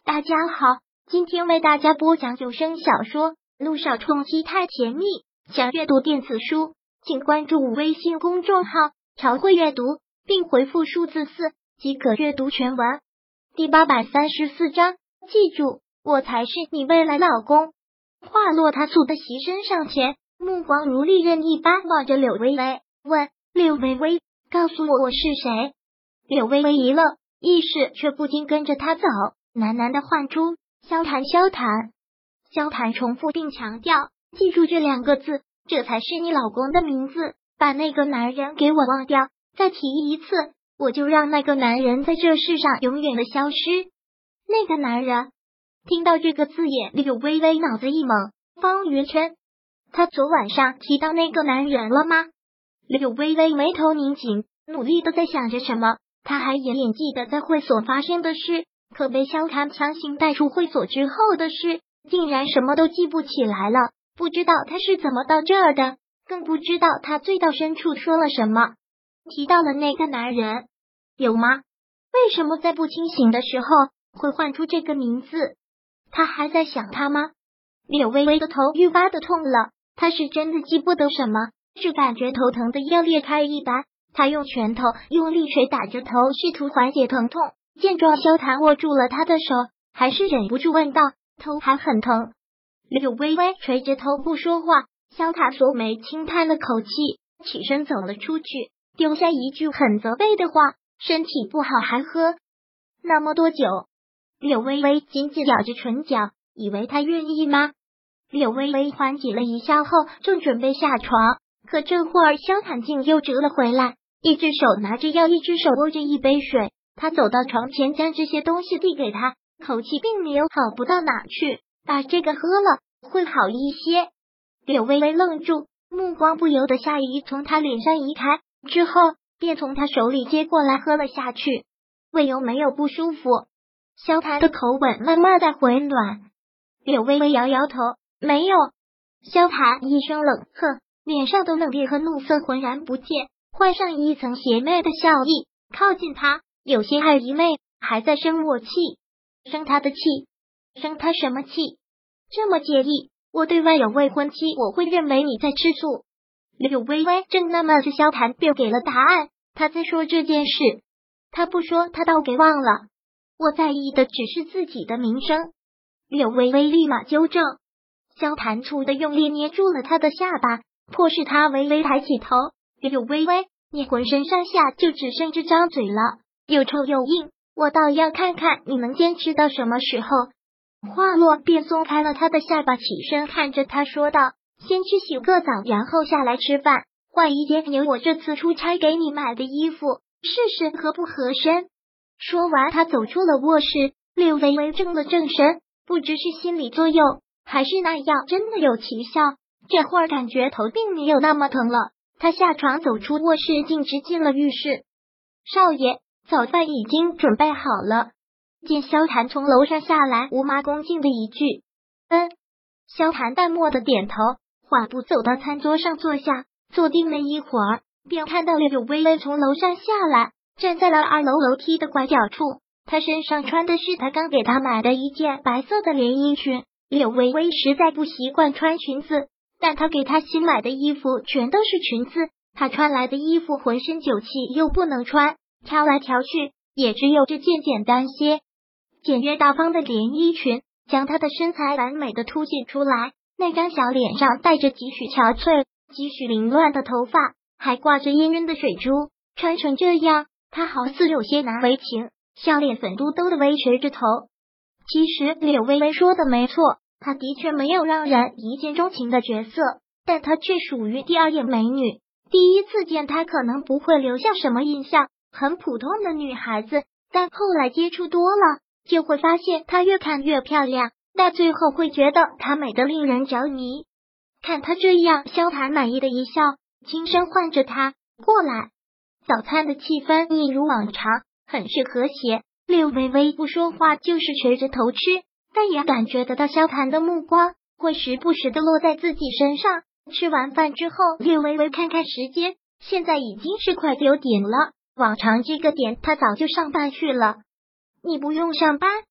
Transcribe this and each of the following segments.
大家好，今天为大家播讲有声小说《路上冲击太甜蜜》。想阅读电子书，请关注微信公众号朝会阅读，并回复数字4即可阅读全文。第834章，记住，我才是你未来老公。话落，他猝的袭身上前，目光如利刃一般望着柳微微，问：柳微微，告诉我是谁？柳微微一愣，意识却不禁跟着他走，喃喃的唤出：萧谈，萧谈。萧谈重复并强调：记住这2个字，这才是你老公的名字，把那个男人给我忘掉，再提一次，我就让那个男人在这世上永远的消失。那个男人，听到这个字眼，柳微微脑子一懵，方云琛，他昨晚上提到那个男人了吗？柳微微眉头拧紧，努力的在想着什么，他还隐隐记得在会所发生的事，可被萧谈强行带出会所之后的事，竟然什么都记不起来了，不知道他是怎么到这儿的，更不知道他醉到深处说了什么。提到了那个男人，有吗？为什么在不清醒的时候会唤出这个名字？他还在想他吗？柳微微的头愈发的痛了，他是真的记不得什么，只感觉头疼的要裂开一般。他用拳头用力捶打着头，试图缓解疼痛。见状，萧谈握住了他的手，还是忍不住问道：头还很疼？柳微微垂着头不说话。萧谈锁眉轻叹了口气，起身走了出去，丢下一句很责备的话：身体不好还喝那么多酒。柳微微紧紧咬着唇角，以为他愿意吗？柳微微缓解了一下后，正准备下床，可这会儿萧谈竟又折了回来，一只手拿着药，一只手握着一杯水。他走到床前，将这些东西递给他，口气并没有好不到哪去：把这个喝了，会好一些。柳微微愣住，目光不由得下意从他脸上移开，之后便从他手里接过来喝了下去。胃有没有不舒服？萧谈的口吻慢慢的回暖。柳微微摇摇头，没有。萧谈一声冷喝，脸上的冷冽和怒色浑然不见，换上一层邪魅的笑意，靠近他，有些暧昧，还在生我气。生他的气？生他什么气？这么介意？我对外有未婚妻，我会认为你在吃醋。柳微微正纳闷着，萧谈便给了答案。他在说这件事，他不说，他倒给忘了。我在意的只是自己的名声。柳微微立马纠正。萧谈粗的用力捏住了他的下巴，迫使他微微抬起头。柳微微，你浑身上下就只剩这张嘴了，又臭又硬，我倒要看看你能坚持到什么时候。话落，便松开了他的下巴，起身看着他说道：先去洗个澡，然后下来吃饭，换一件有我这次出差给你买的衣服，试试合不合身。说完，他走出了卧室。柳微微正了正神，不知是心理作用，还是那药真的有奇效，这会儿感觉头并没有那么疼了。他下床走出卧室，径直进了浴室。少爷，早饭已经准备好了。见萧谈从楼上下来，无麻恭敬的一句：萧谈淡漠的点头，缓步走到餐桌上坐下，坐定了一会儿，便看到柳微微从楼上下来，站在了2楼楼梯的拐角处。她身上穿的是他刚给她买的一件白色的连衣裙。柳微微实在不习惯穿裙子，但他给她新买的衣服全都是裙子，她穿来的衣服浑身酒气又不能穿，挑来挑去也只有这件简单些、简约大方的连衣裙，将她的身材完美的凸显出来。那张小脸上带着几许憔悴、几许凌乱的头发，还挂着氤氲的水珠，穿成这样，她好似有些难为情，笑脸粉嘟嘟的微垂着头。其实柳微微说的没错，她的确没有让人一见钟情的角色，但她却属于第2眼美女。第一次见她可能不会留下什么印象，很普通的女孩子，但后来接触多了，就会发现她越看越漂亮，到最后会觉得她美得令人着迷。看她这样，萧谈满意的一笑，轻声唤着她过来。早餐的气氛一如往常，很是和谐。柳微微不说话，就是垂着头吃，但也感觉得到萧谈的目光会时不时的落在自己身上。吃完饭之后，柳微微看看时间，现在已经是快9点了，往常这个点她早就上班去了。你不用上班？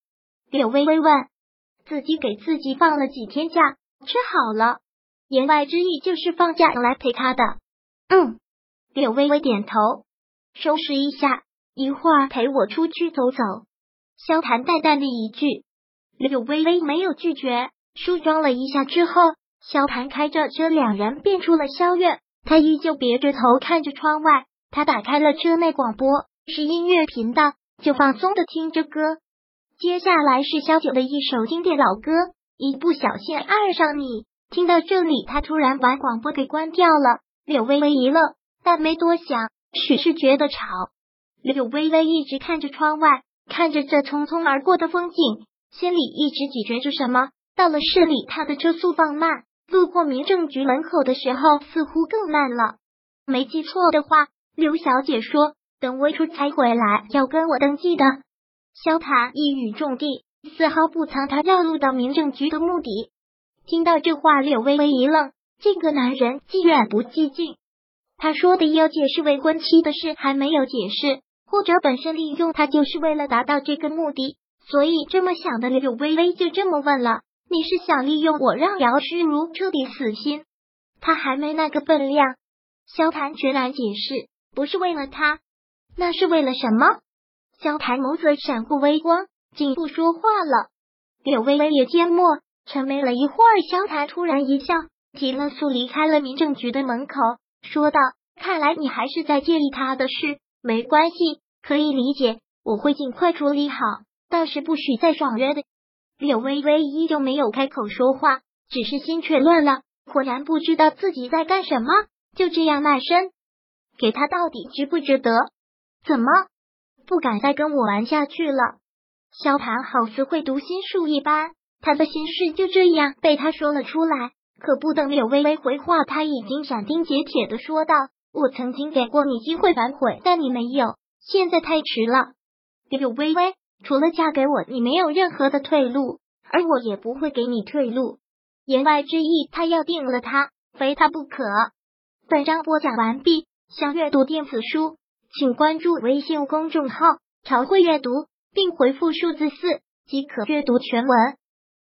柳微微问。自己给自己放了几天假，吃好了。言外之意就是放假来陪他的。柳微微点头。收拾一下，一会儿陪我出去走走。萧谈淡淡的一句。柳微微没有拒绝，梳妆了一下之后，萧谈开着车，两人便出了萧院。他依旧别着头看着窗外，他打开了车内广播，是音乐频道，就放松的听着歌。接下来是萧九的一首经典老歌《一不小心爱上你》。听到这里，他突然把广播给关掉了。柳微微一愣，但没多想，许是觉得吵。柳微微一直看着窗外，看着这匆匆而过的风景，心里一直咀嚼着什么。到了市里，他的车速放慢，路过民政局门口的时候似乎更慢了。没记错的话，刘小姐说等我出差回来要跟我登记的。萧谈一语中的，丝毫不藏他绕路到民政局的目的。听到这话，柳微微一愣，这个男人既远不既近。他说的要解释未婚妻的事还没有解释，或者本身利用他就是为了达到这个目的，所以这么想的柳微微就这么问了，你是想利用我让姚诗如彻底死心？他还没那个分量。萧谈全然解释，不是为了他，那是为了什么？萧谈眸子闪过微光，竟不说话了。柳微微也缄默，沉默了一会儿。萧谈突然一笑，提了速离开了民政局的门口，说道，看来你还是在介意他的事，没关系，可以理解，我会尽快处理好，但是不许再爽约的。柳微微依旧没有开口说话，只是心却乱了，浑然不知道自己在干什么，就这样卖身给他，到底值不值得？怎么不敢再跟我玩下去了？萧谈好似会读心术一般，他的心事就这样被他说了出来。可不等柳微微回话，他已经斩钉截铁的说道，我曾经给过你机会反悔，但你没有，现在太迟了。柳微微，除了嫁给我，你没有任何的退路，而我也不会给你退路。言外之意，他要定了他，非他不可。本章播讲完毕，想阅读电子书，请关注微信公众号朝会阅读，并回复数字4即可阅读全文。